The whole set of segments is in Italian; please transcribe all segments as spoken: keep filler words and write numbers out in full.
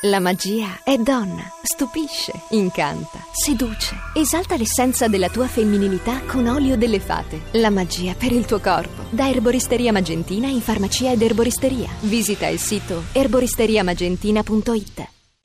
La magia è donna, stupisce, incanta, seduce, esalta l'essenza della tua femminilità con olio delle fate. La magia per il tuo corpo. Da Erboristeria Magentina in farmacia ed erboristeria. Visita il sito erboristeria magentina punto it.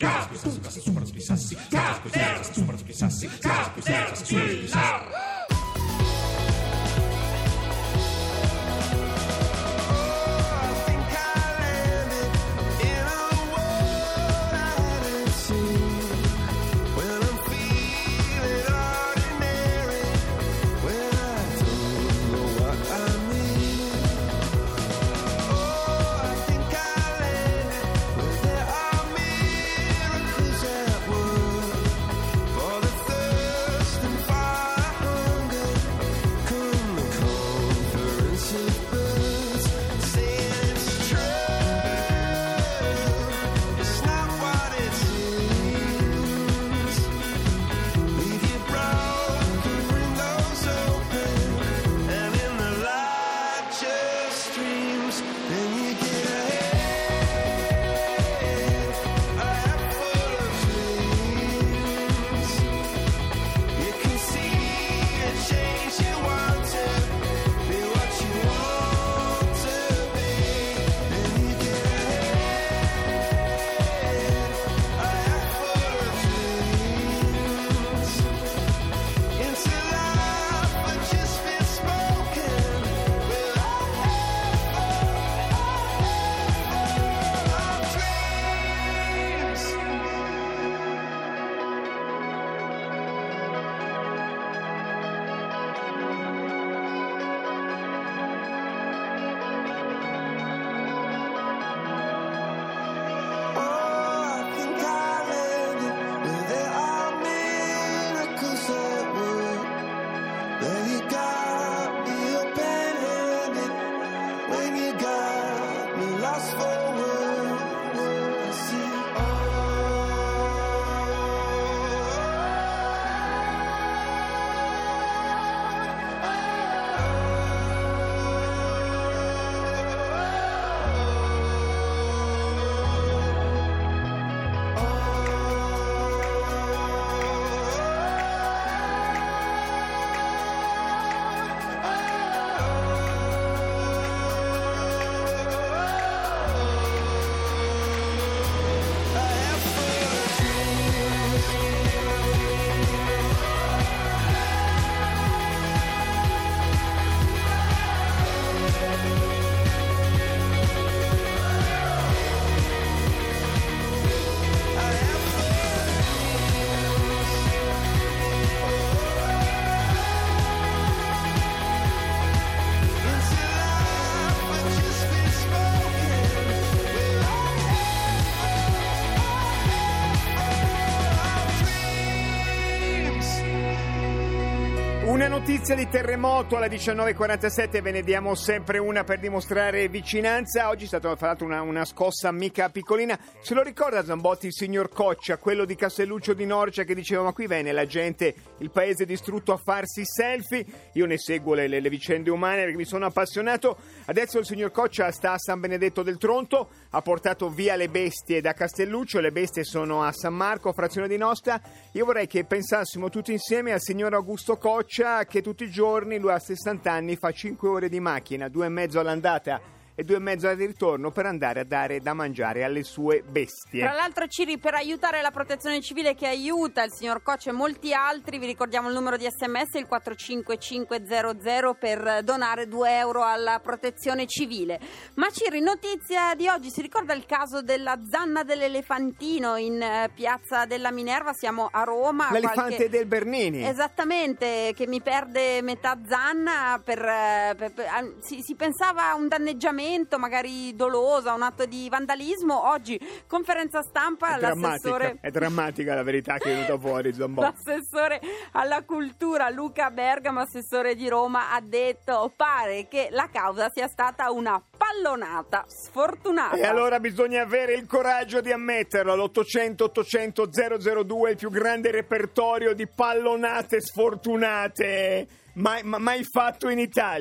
Una notizia di terremoto alle diciannove e quarantasette, ve ne diamo sempre una per dimostrare vicinanza. Oggi è stata fatta una, una scossa mica piccolina. Se lo ricorda Zambotti il signor Coccia, quello di Castelluccio di Norcia, che diceva ma qui viene la gente, il paese distrutto, a farsi selfie. Io ne seguo le, le, le vicende umane perché mi sono appassionato. Adesso il signor Coccia sta a San Benedetto del Tronto, ha portato via le bestie da Castelluccio, le bestie sono a San Marco, frazione di Nosta. Io vorrei che pensassimo tutti insieme al signor Augusto Coccia, che tutti i giorni, lui ha sessanta anni, fa cinque ore di macchina, due e mezzo all'andata e due e mezzo al ritorno per andare a dare da mangiare alle sue bestie. Tra l'altro, Ciri, per aiutare la protezione civile che aiuta il signor Coccia e molti altri, vi ricordiamo il numero di sms, il quattro cinque cinque zero zero, per donare due euro alla protezione civile. Ma Ciri, notizia di oggi, si ricorda il caso della zanna dell'elefantino in eh, piazza della Minerva? Siamo a Roma. L'elefante qualche... del Bernini. Esattamente, che mi perde metà zanna per, per, per si, si pensava a un danneggiamento magari dolosa, un atto di vandalismo. Oggi conferenza stampa, è l'assessore drammatica, è drammatica la verità che è venuta fuori. L'assessore alla cultura Luca Bergamo, assessore di Roma, ha detto pare che la causa sia stata una pallonata sfortunata. E allora bisogna avere il coraggio di ammetterlo. All'ottocento ottocento zero zero due, il più grande repertorio di pallonate sfortunate mai, mai fatto in Italia.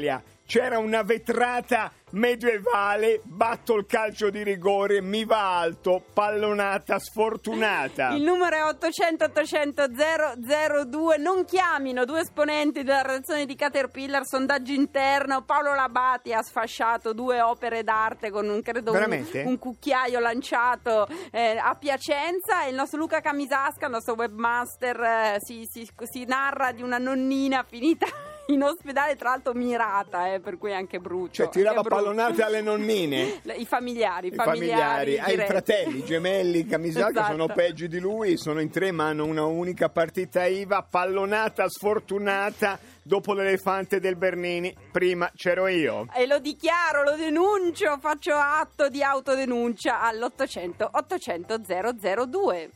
c'era una vetrata medievale, batto il calcio di rigore, mi va alto, pallonata sfortunata. Il numero è ottocento ottocento zero zero due. Non chiamino due esponenti della redazione di Caterpillar. Sondaggio interno: Paolo Labati ha sfasciato due opere d'arte con un credo un, un cucchiaio lanciato eh, a Piacenza, e il nostro Luca Camisasca, il nostro webmaster, eh, si, si, si narra di una nonnina finita in ospedale, tra l'altro mirata, eh, per cui è anche brutto. Cioè tirava pallonate alle nonnine? I familiari, i I familiari, familiari. Ah, i fratelli, i gemelli Camisasca, esatto. Sono peggio di lui, sono in tre ma hanno una unica partita I V A, pallonata sfortunata dopo l'elefante del Bernini. Prima c'ero io. E lo dichiaro, lo denuncio, faccio atto di autodenuncia all'ottocento ottocento zero zero due.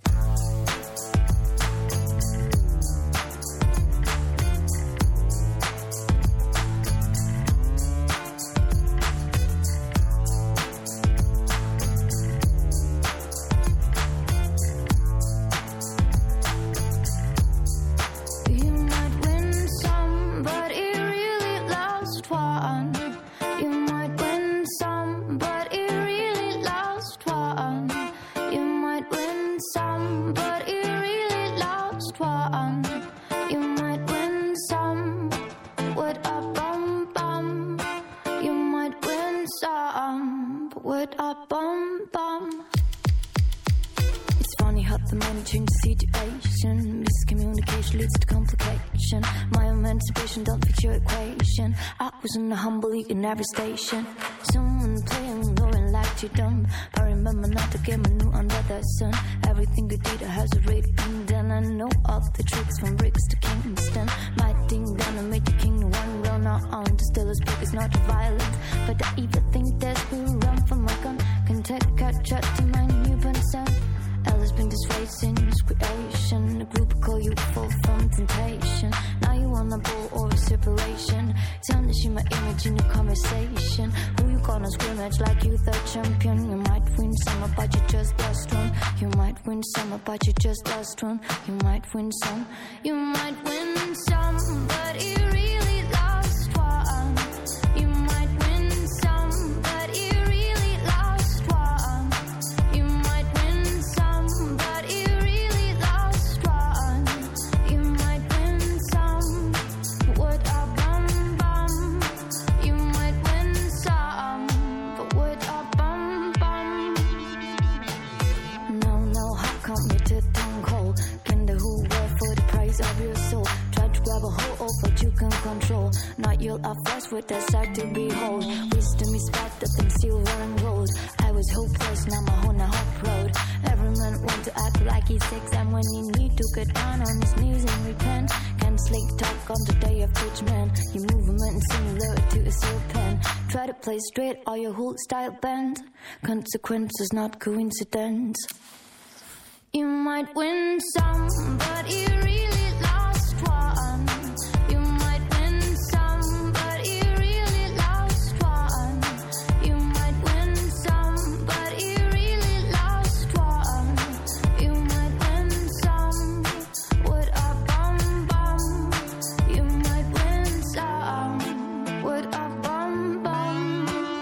What a bum bum. It's funny how the money changes the situation. Miscommunication leads to complication. My emancipation don't fit your equation. I was in a humble league in every station. Someone playing low and like you dumb. I remember not to get my new under the sun. Everything you did has already been done. I know all the tricks from bricks to Kingston. My thing done and made the king one run on. To still as big as not violent, but I even think there's will run from my gun. Can take a cut shot to my newborn son. Ella's been disracing his creation. A group call you full from temptation. Now you want a bull or a separation. Tarnishing my image in a conversation. Who you gonna scrimmage like you the champion? You might win some, but you just lost one. You might win some, but you just lost one. You might win some. You might win some, but you really lost one. You might win some, but you really lost one. You might win some, but you really lost one. You might win some, but what a bum bum. You might win some, but what a bum bum. No, no, how come you did don't call? Can the who work for the price of your soul? Try to grab a hold of what you can control. Not you'll are flesh with the sight to behold. Wisdom is better than silver and gold. I was hopeless, now I'm on a hot road. Every man want to act like he's six, and when you need to get down on his knees and repent. Can't slick talk on the day of judgment. Your movement similar to a silk pen. Try to play straight or your whole style bend. Consequences, not coincidence. You might win some, but you really lost one. You might win some, but you really lost one. You might win some, but you really lost one. You might win some, what a bum bum. You might win some, what a bum bum.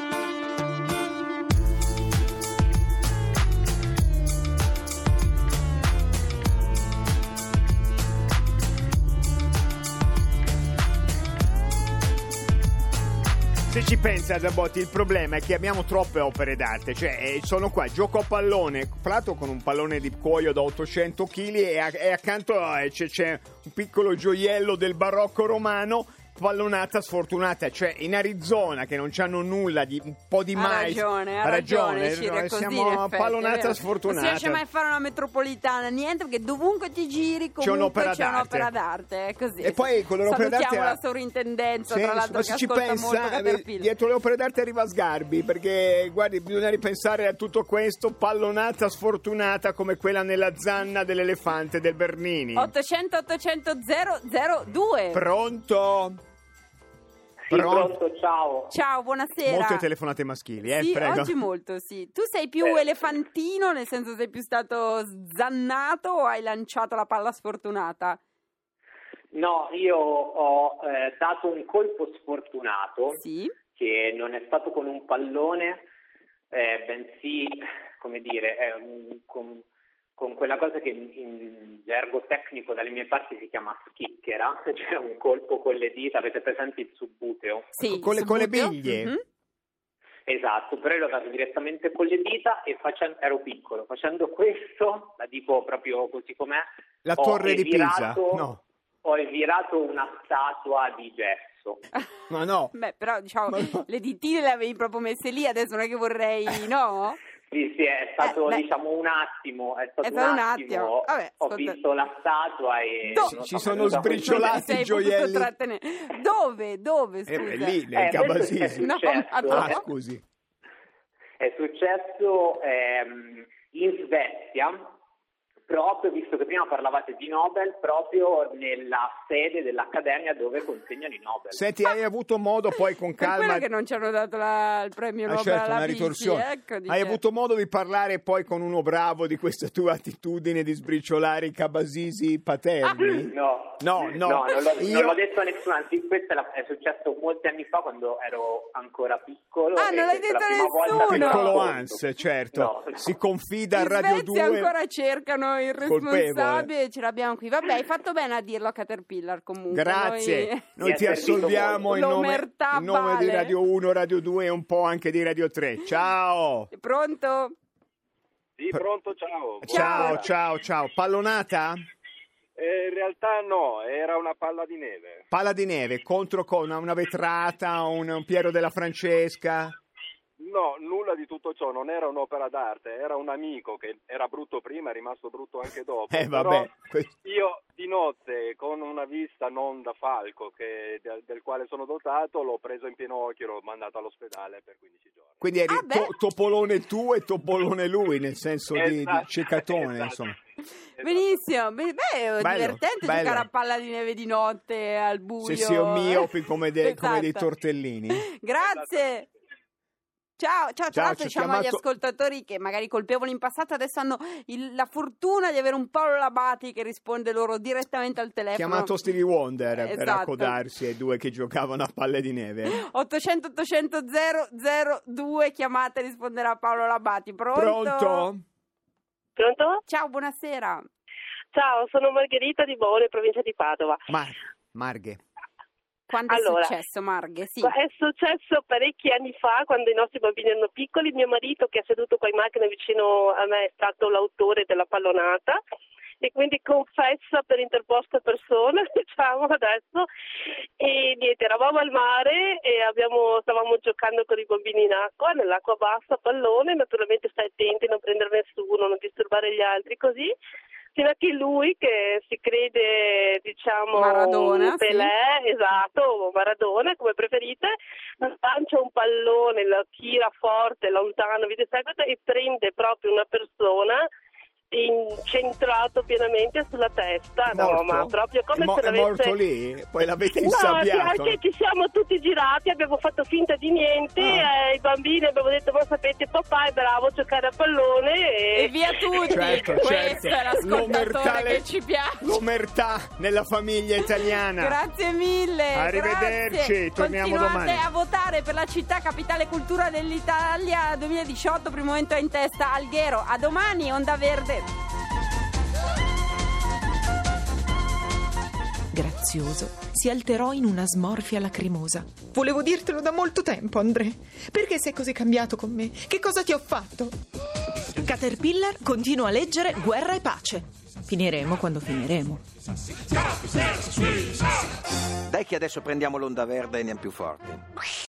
Se ci pensa Zabotti, il problema è che abbiamo troppe opere d'arte, cioè eh, sono qua, gioco a pallone, prato con un pallone di cuoio da ottocento chili e, a- e accanto eh, c'è, c'è un piccolo gioiello del barocco romano, pallonata sfortunata, cioè in Arizona che non c'hanno nulla di un po' di Ha mais. ragione, ha ragione, Ciro, è così, siamo in a effetti, pallonata è vero. sfortunata. Non si riesce mai a fare una metropolitana, niente, perché dovunque ti giri comunque C'è un'opera c'è d'arte. un'opera d'arte, è così. E poi con l'opera d'arte salutiamo ha- la sovrintendenza, Sì, tra l'altro, ma che se ci ascolta molto pensa, eh, Caterpillar. dietro le opere d'arte arriva Sgarbi, perché guardi, bisogna ripensare a tutto questo, pallonata sfortunata come quella nella zanna dell'elefante del Bernini. ottocento ottocento zero zero due. Pronto? Sì, pronto, ciao. Ciao, buonasera. Molte telefonate maschili, eh, Sì, prego. oggi molto, sì. Tu sei più Eh. elefantino, nel senso sei più stato zannato, o hai lanciato la palla sfortunata? No, io ho eh, dato un colpo sfortunato, Sì. che non è stato con un pallone, eh, bensì, come dire, è un, con, con quella cosa che in, in gergo tecnico dalle mie parti si chiama schicchera, cioè un colpo con le dita. Avete presente il subbuteo? Sì, Con le- con le subuteo. biglie? Mhm. Esatto, però io l'ho dato direttamente con le dita e facendo, ero piccolo. Facendo questo, la dico proprio così com'è, La ho torre di Pisa? evirato- No. Ho evirato una statua di gesso. Ma no. Beh, però diciamo, Ma no. le ditine le avevi proprio messe lì, adesso non è che vorrei, no? Sì, sì, è stato Eh, beh. diciamo un attimo, è stato, È stato un un attimo, attimo. Vabbè, ho ascolta. visto la statua e... Do- non Ci so, sono mi è venuta sbriciolati Sei i gioielli. potuto trattenere. Dove? Dove, scusa? Eh, lì, nel Eh, Cabasisi. questo è No, successo, ma no. Ah, scusi. è successo ehm, in Svezia, proprio, visto che prima parlavate di Nobel, proprio nella sede dell'Accademia dove consegnano i Nobel. Senti, hai avuto modo poi con Per calma... quello che non ci hanno dato la- il premio Ah, Nobel certo, alla una bici, ritorsione. ecco, Hai dice. avuto modo di parlare poi con uno bravo di questa tua attitudine di sbriciolare i Cabasisi paterni? No, No, no. non, l'ho, Io- non l'ho detto a nessuno, anzi questo è, la- è successo molti anni fa quando ero ancora piccolo. Ah, e non l'hai questa detto è la prima a volta che nessuno? lo Piccolo racconto. Hans, certo. No, no. Si confida a In Radio Svezia due. ancora cercano il Colpevole. responsabile e ce l'abbiamo qui. Vabbè, hai fatto bene a dirlo a Caterpillar comunque. Grazie, Noi- noi ti Mi ha servito assolviamo in molto. nome, L'omertà in nome di vale. Radio uno, Radio due e un po' anche di Radio tre. Ciao! Pronto? Sì, pronto, ciao. Ciao, Buonasera. ciao, ciao. Pallonata? Eh, in realtà no, era una palla di neve. Palla di neve contro co- una, una vetrata, un, un Piero della Francesca? No, nulla di tutto ciò, non era un'opera d'arte, era un amico che era brutto prima, è rimasto brutto anche dopo. Eh Però vabbè, que- io di notte, con una vista non da falco che- del, del quale sono dotato, l'ho preso in pieno occhio e l'ho mandato all'ospedale per quindici giorni. quindi eri Ah, beh. to- topolone tu e topolone lui, nel senso di, di Esatto, ceccatone, esatto. insomma. Esatto. Benissimo, Beh, beh, è Bello, divertente bello. giocare a palla di neve di notte al buio. Se si è miopi come, de- come dei Esatto. tortellini. Grazie. Ciao, ciao, tra Ciao, l'altro ci ha diciamo agli chiamato- ascoltatori che magari colpevoli in passato adesso hanno il- la fortuna di avere un Paolo Labati che risponde loro direttamente al telefono. Chiamato Stevie Wonder per Esatto. accodarsi ai due che giocavano a palle di neve. ottocento ottocento zero zero due, chiamate e risponderà Paolo Labati. Pronto? Pronto? Pronto? Ciao, buonasera. Ciao, sono Margherita di Bole, provincia di Padova. Mar- Marghe. Quando Allora, è successo, Marghe? Sì. È successo parecchi anni fa, quando i nostri bambini erano piccoli. Mio marito, che è seduto qua in macchina vicino a me, è stato l'autore della pallonata e quindi confessa per interposta persona, diciamo adesso. E niente, eravamo al mare e abbiamo, stavamo giocando con i bambini in acqua, nell'acqua bassa, pallone. Naturalmente stai attenti, non prendere nessuno, non disturbare gli altri, così. Fino a che lui, che si crede, diciamo, Maradona, un Pelé, esatto, o Maradona, come preferite, lancia un pallone, lo tira forte, lontano, vedi, seguito, e prende proprio una persona incentrato pienamente sulla testa. No, Morto? ma proprio come è, mo- se è l'avesse... morto lì? Poi l'avete No, insabbiato? sì, ci siamo tutti girati, abbiamo fatto finta di niente, Ah. eh, i bambini abbiamo detto, ma sapete, papà è bravo a giocare a pallone e... E via tutti. Certo, Questo certo. è L'omertà l'ascoltatore le- che ci piace. L'omertà nella famiglia italiana. Grazie mille. Arrivederci, grazie. torniamo Continuate domani. a votare per la città capitale cultura dell'Italia duemiladiciotto, primo momento è in testa Alghero. A domani, Onda Verde. Grazioso si alterò in una smorfia lacrimosa. Volevo dirtelo da molto tempo, André. Perché sei così cambiato con me? Che cosa ti ho fatto? Caterpillar continua a leggere Guerra e pace. Finiremo quando finiremo. Dai che adesso prendiamo l'onda verde e andiamo più forte.